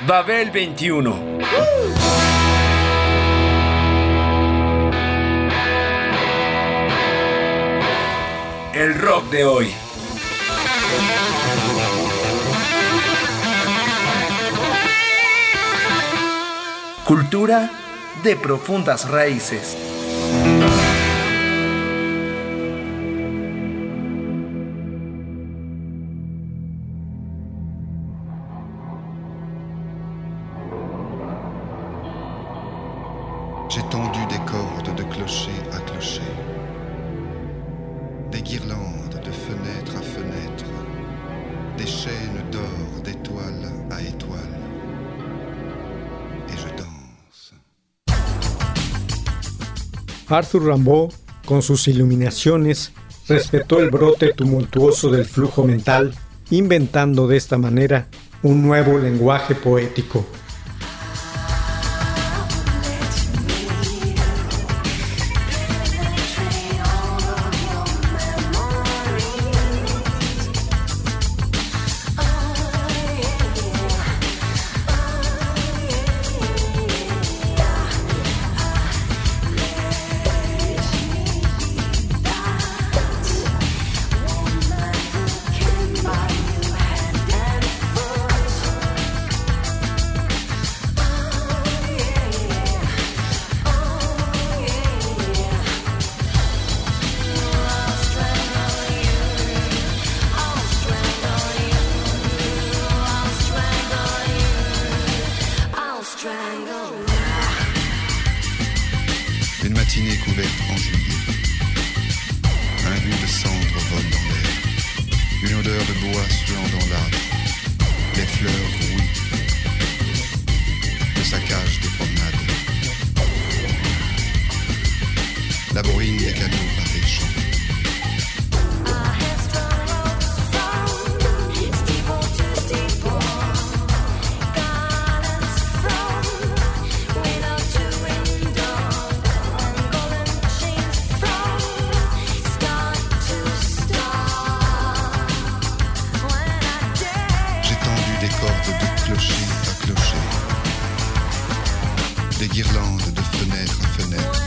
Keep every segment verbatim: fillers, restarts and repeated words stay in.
Babel veintiuno. El rock de hoy. Cultura de profundas raíces. J'ai tendu des cordes de clocher à clocher, des guirlandes de fenêtre à fenêtre, des chaînes d'or d'étoile à étoile, et je danse. Arthur Rimbaud, con sus iluminaciones, respetó el brote tumultuoso del flujo mental, inventando de esta manera un nuevo lenguaje poético. Une matinée couverte en juillet. Un goût de cendre vole dans l'air. Une odeur de bois suant dans l'arbre. Les fleurs rouillent. Le saccage des promenades. La bruine des canaux par les champs. Des guirlandes de fenêtre à fenêtre,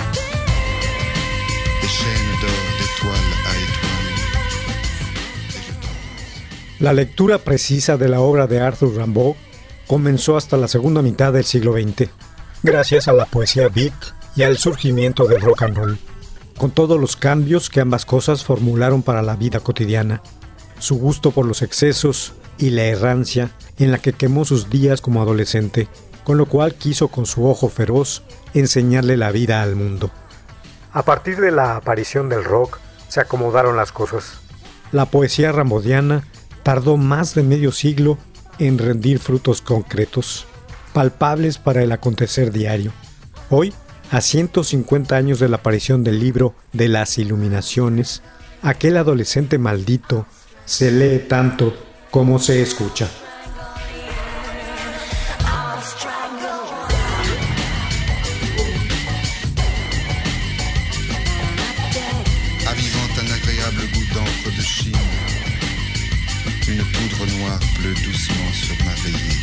des chaînes d'or d'étoile à étoile, et je danse. La lectura precisa de la obra de Arthur Rimbaud comenzó hasta la segunda mitad del siglo veinte, gracias a la poesía beat y al surgimiento del rock and roll, con todos los cambios que ambas cosas formularon para la vida cotidiana, su gusto por los excesos y la errancia en la que quemó sus días como adolescente, con lo cual quiso con su ojo feroz enseñarle la vida al mundo. A partir de la aparición del rock, se acomodaron las cosas. La poesía rambodiana tardó más de medio siglo en rendir frutos concretos, palpables para el acontecer diario. Hoy, a ciento cincuenta años de la aparición del libro de las Iluminaciones, aquel adolescente maldito se lee tanto como se escucha. De Chine, une poudre noire pleut doucement sur ma veillée.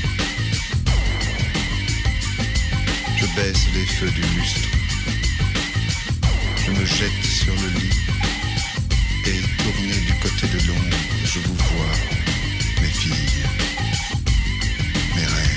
Je baisse les feux du lustre, je me jette sur le lit et tourné du côté de l'ombre, je vous vois, mes filles, mes reines.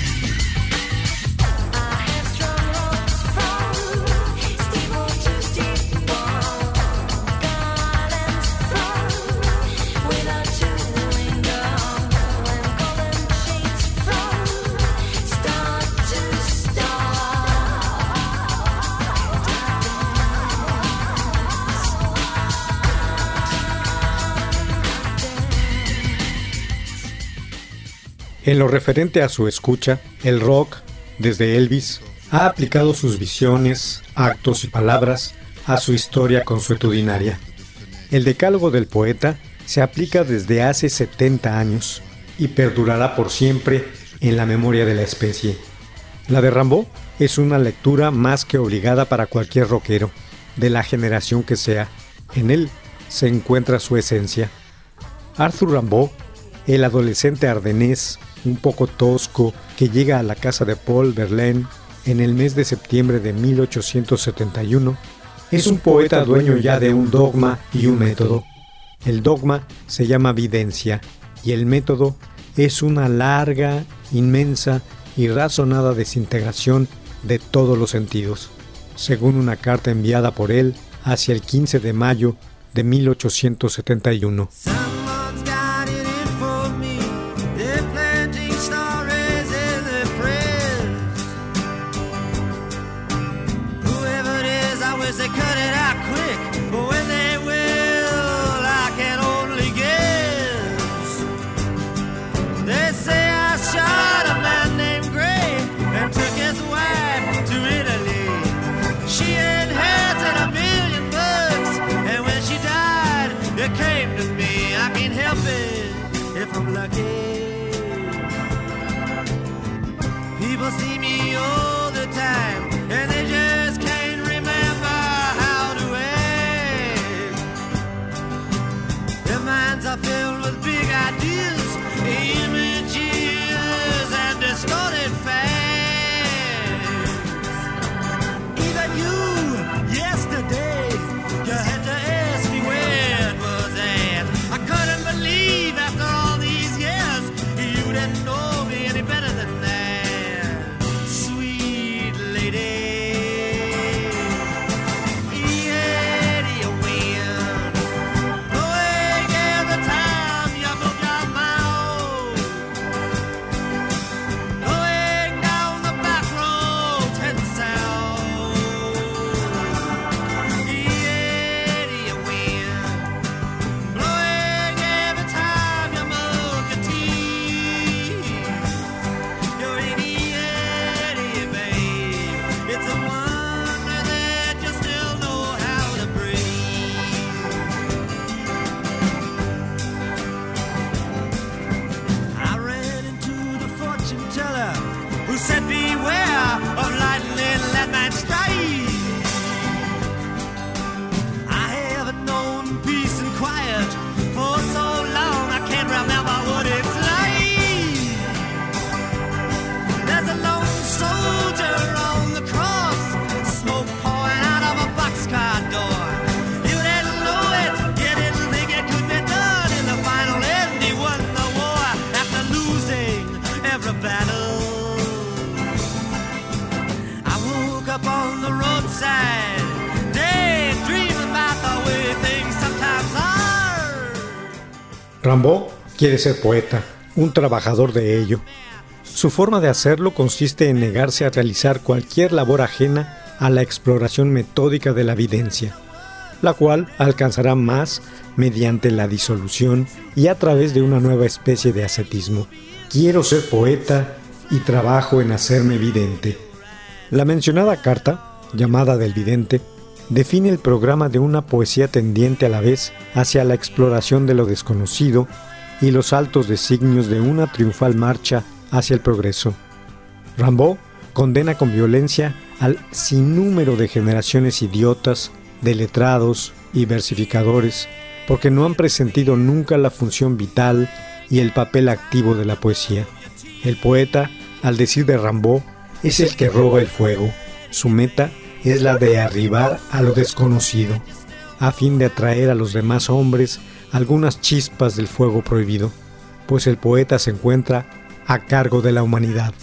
En lo referente a su escucha, el rock, desde Elvis, ha aplicado sus visiones, actos y palabras a su historia consuetudinaria. El decálogo del poeta se aplica desde hace setenta años y perdurará por siempre en la memoria de la especie. La de Rimbaud es una lectura más que obligada para cualquier rockero, de la generación que sea. En él se encuentra su esencia. Arthur Rimbaud, el adolescente ardenés, un poco tosco, que llega a la casa de Paul Verlaine en el mes de septiembre de mil ochocientos setenta y uno, es un poeta dueño ya de un dogma y un método. El dogma se llama videncia y el método es una larga, inmensa y razonada desintegración de todos los sentidos, según una carta enviada por él hacia el quince de mayo de mil ochocientos setenta y uno. People see me all the time, and they just can't remember how to act. Their minds are filled with big ideas, images, and distorted facts. Even you, yesterday, you had to ask me where it was at. I couldn't believe after all these years you didn't know me any better than that. Rimbaud quiere ser poeta, un trabajador de ello. Su forma de hacerlo consiste en negarse a realizar cualquier labor ajena a la exploración metódica de la videncia, la cual alcanzará más mediante la disolución y a través de una nueva especie de ascetismo. Quiero ser poeta y trabajo en hacerme vidente. La mencionada carta, llamada del vidente, define el programa de una poesía tendiente a la vez hacia la exploración de lo desconocido y los altos designios de una triunfal marcha hacia el progreso. Rimbaud condena con violencia al sinnúmero de generaciones idiotas, de letrados y versificadores, porque no han presentido nunca la función vital y el papel activo de la poesía. El poeta, al decir de Rimbaud, es el que roba el fuego. Su meta es la de arribar a lo desconocido, a fin de atraer a los demás hombres algunas chispas del fuego prohibido, pues el poeta se encuentra a cargo de la humanidad.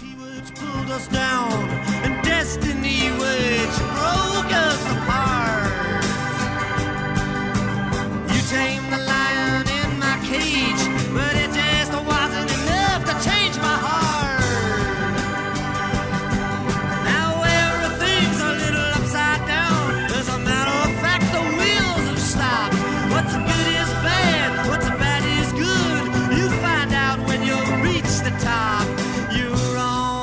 You're on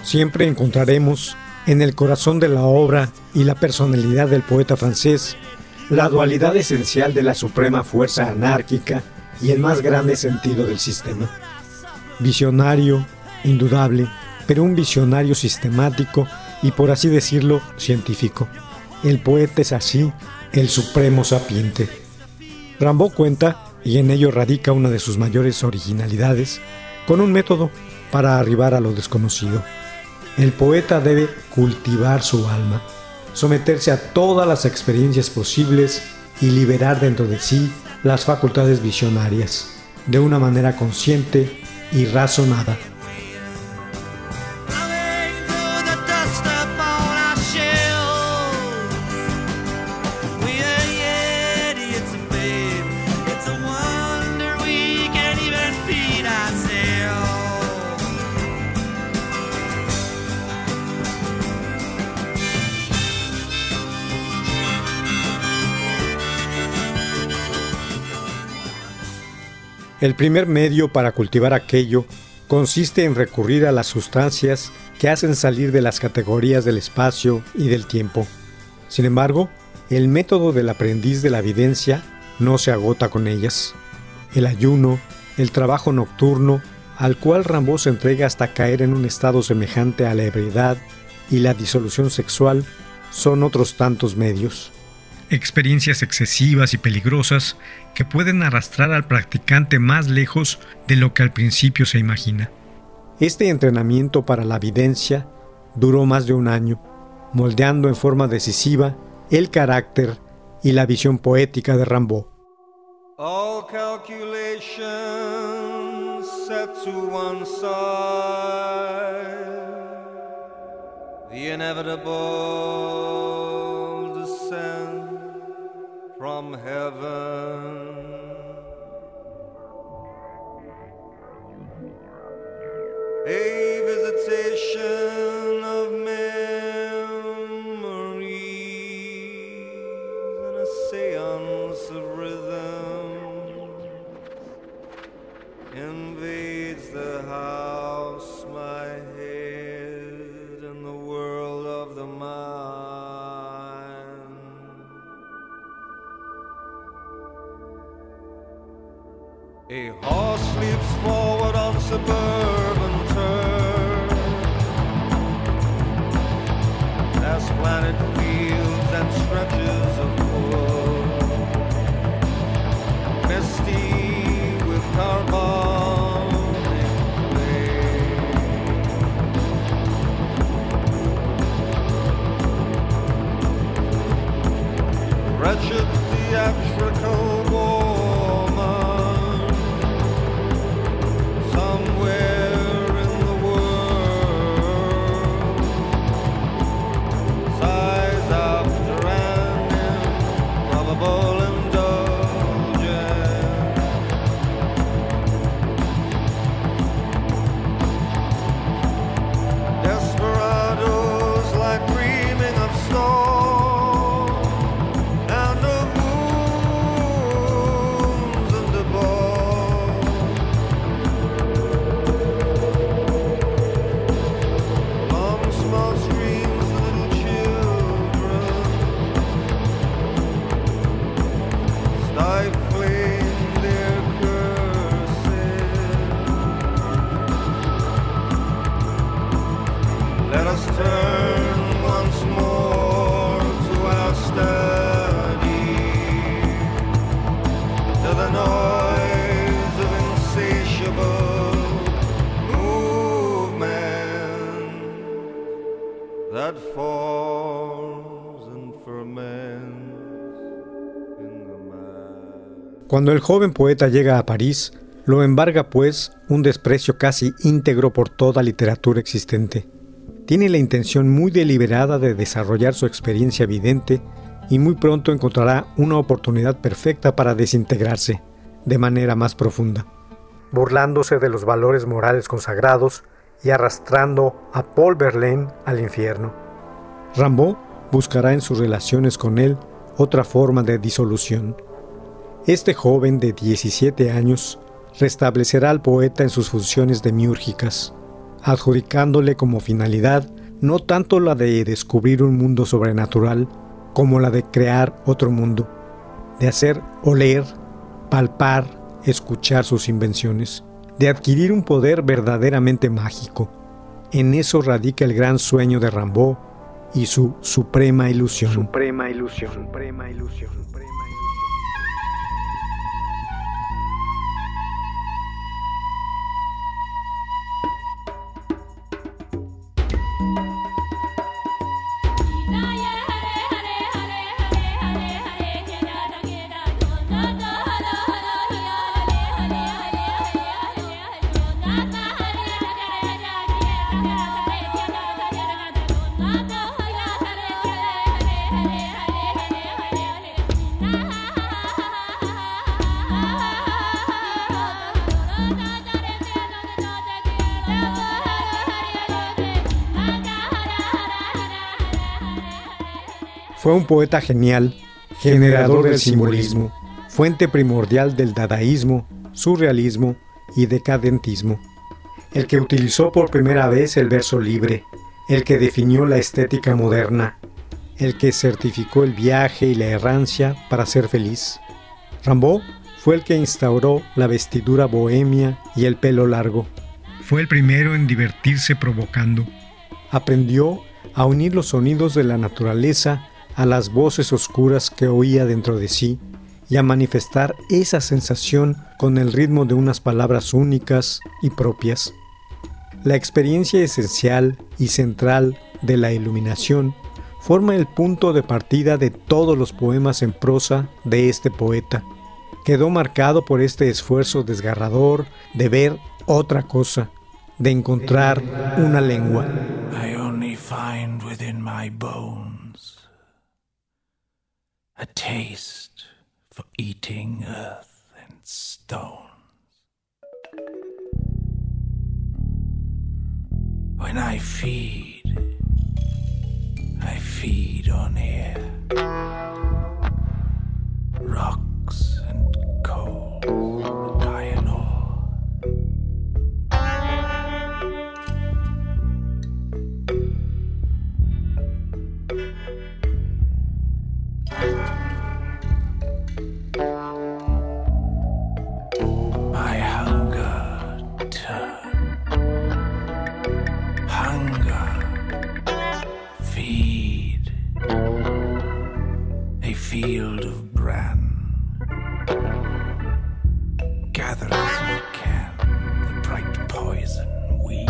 siempre encontraremos en el corazón de la obra y la personalidad del poeta francés la dualidad esencial de la suprema fuerza anárquica y el más grande sentido del sistema. Visionario, indudable, pero un visionario sistemático y, por así decirlo, científico. El poeta es así, el supremo sapiente. Rimbaud cuenta, y en ello radica una de sus mayores originalidades, con un método para arribar a lo desconocido. El poeta debe cultivar su alma, someterse a todas las experiencias posibles y liberar dentro de sí las facultades visionarias, de una manera consciente y razonada. El primer medio para cultivar aquello consiste en recurrir a las sustancias que hacen salir de las categorías del espacio y del tiempo. Sin embargo, el método del aprendiz de la videncia no se agota con ellas. El ayuno, el trabajo nocturno, al cual Rimbaud se entrega hasta caer en un estado semejante a la ebriedad, y la disolución sexual son otros tantos medios. Experiencias excesivas y peligrosas que pueden arrastrar al practicante más lejos de lo que al principio se imagina. Este entrenamiento para la videncia duró más de un año, moldeando en forma decisiva el carácter y la visión poética de Rimbaud. All calculations set to one side, the inevitable descent from heaven. A visitation of memories and a seance of rhythm invades the house, my head, and the world of the mind. A horse leaps forward on suburban turf, past planted fields and stretches of wood, misty with carbonic clay. Wretched theatrical woman, somewhere in the world, sighs after an improbable indulgence. Desperados lie dreaming of storm and of wounds and of ball. Long small streams of little children stifling their curses. Let us turn once more to our study, to the noise of insatiable movement that forms and ferments in the mind. Cuando el joven poeta llega a París, lo embarga pues un desprecio casi íntegro por toda literatura existente. Tiene la intención muy deliberada de desarrollar su experiencia vidente y muy pronto encontrará una oportunidad perfecta para desintegrarse de manera más profunda, burlándose de los valores morales consagrados y arrastrando a Paul Verlaine al infierno. Rimbaud buscará en sus relaciones con él otra forma de disolución. Este joven de diecisiete años restablecerá al poeta en sus funciones demiúrgicas, adjudicándole como finalidad no tanto la de descubrir un mundo sobrenatural, como la de crear otro mundo, de hacer oler, palpar, escuchar sus invenciones, de adquirir un poder verdaderamente mágico. En eso radica el gran sueño de Rimbaud y su suprema ilusión. Suprema ilusión. Suprema ilusión. Suprema ilusión. Fue un poeta genial, generador del simbolismo, fuente primordial del dadaísmo, surrealismo y decadentismo. El que utilizó por primera vez el verso libre, el que definió la estética moderna, el que certificó el viaje y la errancia para ser feliz. Rimbaud fue el que instauró la vestidura bohemia y el pelo largo. Fue el primero en divertirse provocando. Aprendió a unir los sonidos de la naturaleza a las voces oscuras que oía dentro de sí y a manifestar esa sensación con el ritmo de unas palabras únicas y propias. La experiencia esencial y central de la iluminación forma el punto de partida de todos los poemas en prosa de este poeta. Quedó marcado por este esfuerzo desgarrador de ver otra cosa, de encontrar una lengua. I only find within my bones a taste for eating earth and stones. When I feed, I feed on air, rocks and coal, iron ore. My hunger turn, hunger feed a field of bran. Gather as you can the bright poison weed.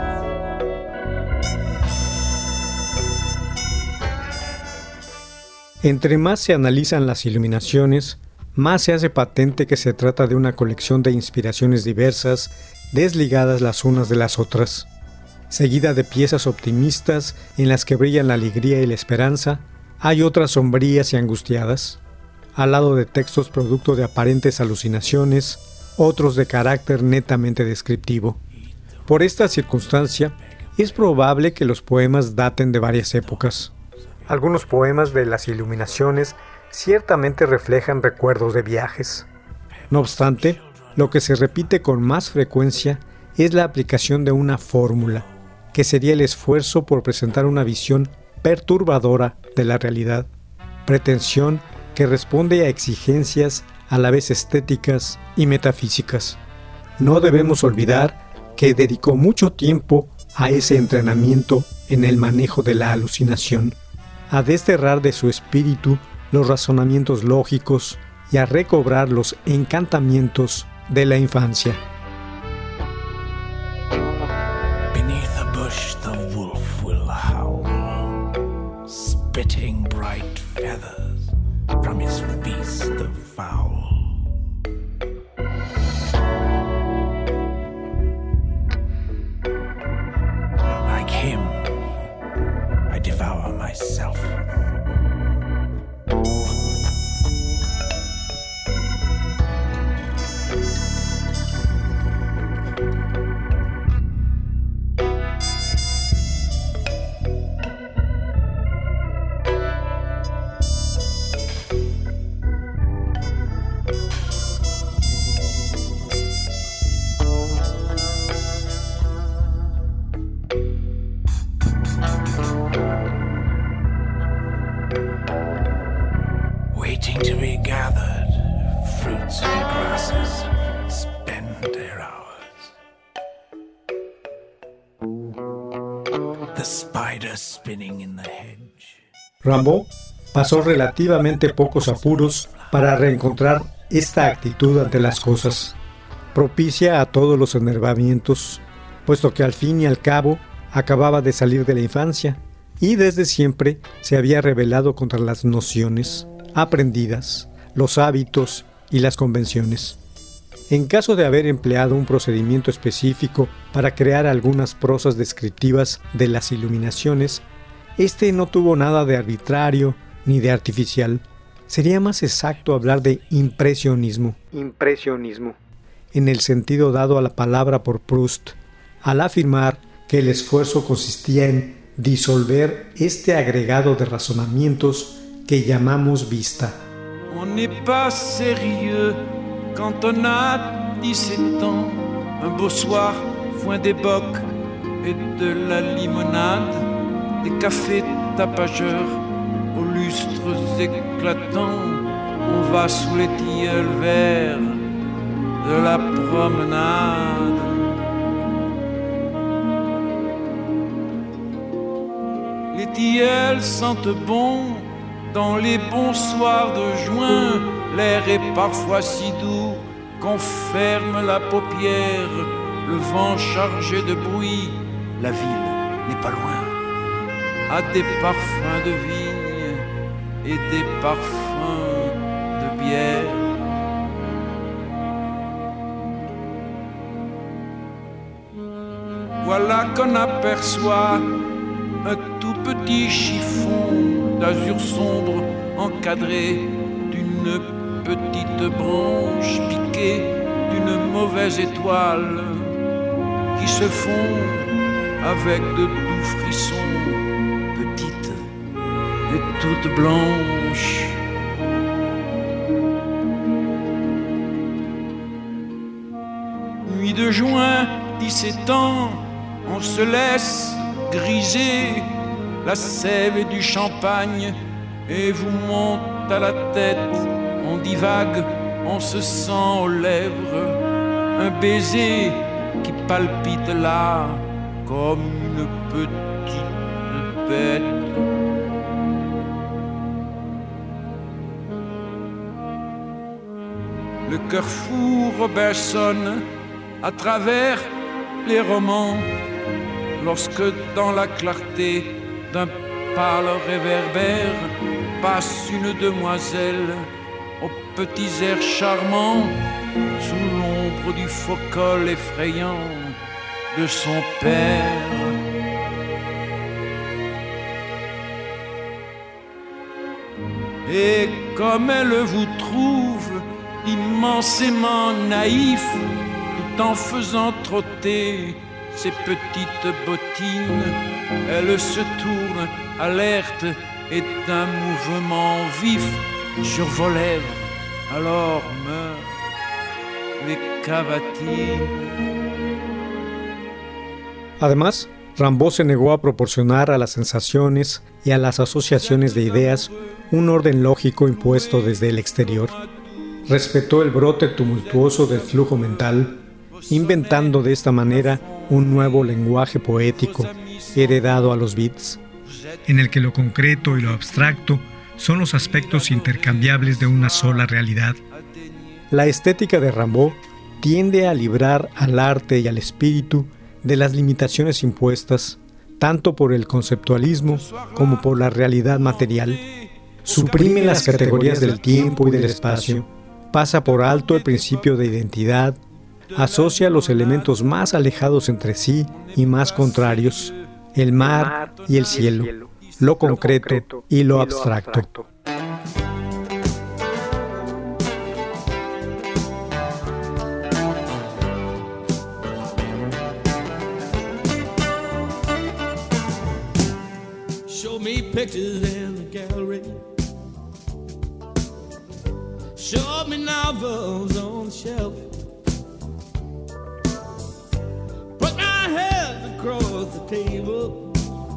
Entre más se analizan las iluminaciones, más se hace patente que se trata de una colección de inspiraciones diversas, desligadas las unas de las otras, seguida de piezas optimistas en las que brillan la alegría y la esperanza. Hay otras sombrías y angustiadas, al lado de textos producto de aparentes alucinaciones, otros de carácter netamente descriptivo. Por esta circunstancia, es probable que los poemas daten de varias épocas. Algunos poemas de las iluminaciones ciertamente reflejan recuerdos de viajes. No obstante, lo que se repite con más frecuencia es la aplicación de una fórmula, que sería el esfuerzo por presentar una visión perturbadora de la realidad, pretensión que responde a exigencias a la vez estéticas y metafísicas. No debemos olvidar que dedicó mucho tiempo a ese entrenamiento en el manejo de la alucinación, a desterrar de su espíritu los razonamientos lógicos y a recobrar los encantamientos de la infancia. Beneath a bush the wolf will howl, spitting bright feathers from his feast of fowl. Like him, I devour myself. grasses spend their hours. The spider spinning in the hedge. Rimbaud pasó relativamente pocos apuros para reencontrar esta actitud ante las cosas, propicia a todos los enervamientos, puesto que al fin y al cabo acababa de salir de la infancia y desde siempre se había rebelado contra las nociones aprendidas, los hábitos y las convenciones. En caso de haber empleado un procedimiento específico para crear algunas prosas descriptivas de las iluminaciones, este no tuvo nada de arbitrario ni de artificial. Sería más exacto hablar de impresionismo. Impresionismo, en el sentido dado a la palabra por Proust, al afirmar que el esfuerzo consistía en disolver este agregado de razonamientos que llamamos vista. On n'est pas sérieux quand on a dix-sept ans. Un beau soir, foin des bocs et de la limonade, des cafés tapageurs aux lustres éclatants. On va sous les tilleuls verts de la promenade. Les tilleuls sentent bon dans les bons soirs de juin. L'air est parfois si doux qu'on ferme la paupière. Le vent chargé de bruit, la ville n'est pas loin. A des parfums de vigne et des parfums de bière. Voilà qu'on aperçoit un tout petit chiffon d'azur sombre encadré d'une petite branche piquée d'une mauvaise étoile qui se fond avec de doux frissons, petite et toute blanche. Nuit de juin, dix-sept ans, on se laisse griser la sève et du champagne et vous monte à la tête, on divague, on se sent aux lèvres un baiser qui palpite là comme une petite bête. Le cœur fou Robinson à travers les romans, lorsque dans la clarté d'un pâle réverbère passe une demoiselle aux petits airs charmants sous l'ombre du faux col effrayant de son père. Et comme elle vous trouve immensément naïf, tout en faisant trotter ses petites bottines, elle se tourne alerte et d'un mouvement vif sur vos lèvres, alors meurent les cavatines. Además, Rimbaud se negó a proporcionar a las sensaciones y a las asociaciones de ideas un orden lógico impuesto desde el exterior. Respetó el brote tumultuoso del flujo mental, inventando de esta manera un nuevo lenguaje poético heredado a los beats, en el que lo concreto y lo abstracto son los aspectos intercambiables de una sola realidad. La estética de Rimbaud tiende a librar al arte y al espíritu de las limitaciones impuestas tanto por el conceptualismo como por la realidad material. Suprime las categorías del tiempo y del espacio, pasa por alto el principio de identidad, asocia los elementos más alejados entre sí y más contrarios, el mar y el cielo, lo concreto y lo abstracto. Show me pictures in the gallery. Show me novels on the shelf. Put my head across the table.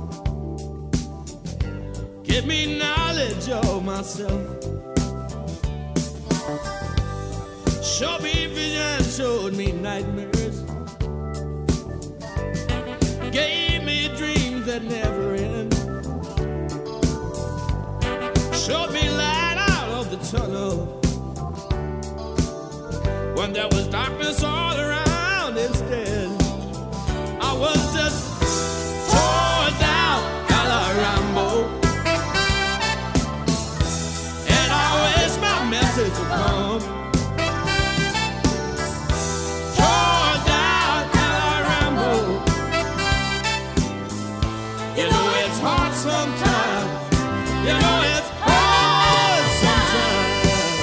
Give me knowledge of myself. Showed me visions, showed me nightmares, gave me dreams that never end, showed me light out of the tunnel when there was darkness all around. Instead, I was just torn down a la Rambo, and I wish my message would come. Torn down a la Rambo. You know it's hard sometimes. You know it's hard sometimes.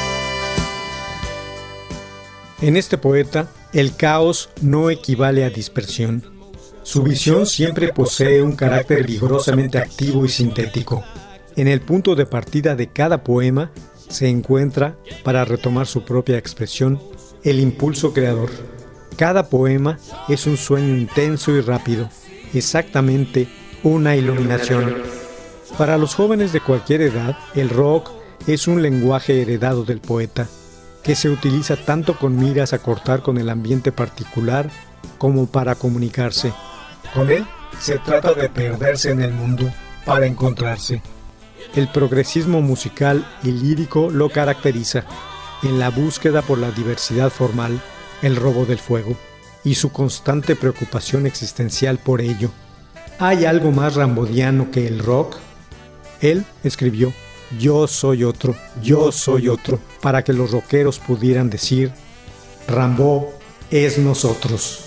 En este poeta, el caos no equivale a dispersión. Su visión siempre posee un carácter vigorosamente activo y sintético. En el punto de partida de cada poema se encuentra, para retomar su propia expresión, el impulso creador. Cada poema es un sueño intenso y rápido, exactamente una iluminación. Para los jóvenes de cualquier edad, el rock es un lenguaje heredado del poeta, que se utiliza tanto con miras a cortar con el ambiente particular como para comunicarse. Con él se trata de perderse en el mundo para encontrarse. El progresismo musical y lírico lo caracteriza en la búsqueda por la diversidad formal, el robo del fuego y su constante preocupación existencial por ello. ¿Hay algo más rambodiano que el rock? Él escribió Yo soy otro, yo soy otro, para que los rockeros pudieran decir, Rimbaud es nosotros.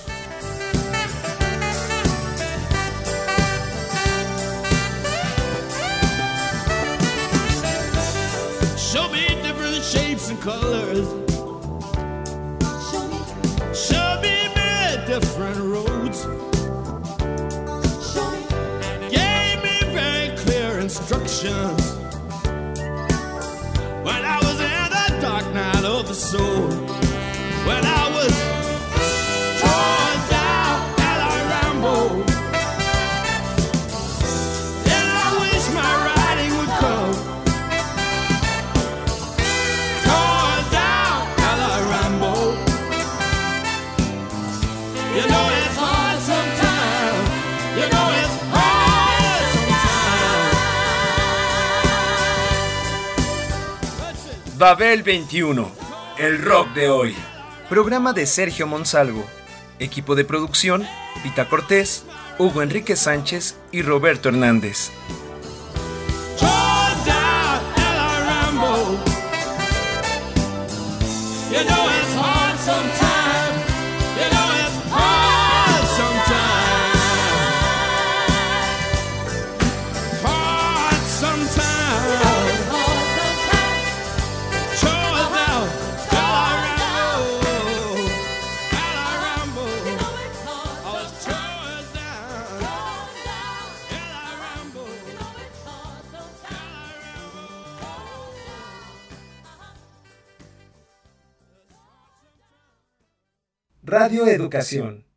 Show me different shapes and colors. Show me, show me many different roads. Show me, gave me very clear instructions when I was in the dark night of the soul. When I was torn down at a Rambo, and I wish my writing would come. Torn down at a Rambo. You know it's hard sometimes. You know it's hard sometimes. Babel veintiuno, el rock de hoy. Programa de Sergio Monsalvo. Equipo de producción, Pita Cortés, Hugo Enrique Sánchez y Roberto Hernández. Torn down at a Rambo. You know it's hard sometimes. You know it's hard sometimes. Hard sometimes. Torn down at a Rambo. At a Rambo. I was torn down at a Rambo. Radio Educación.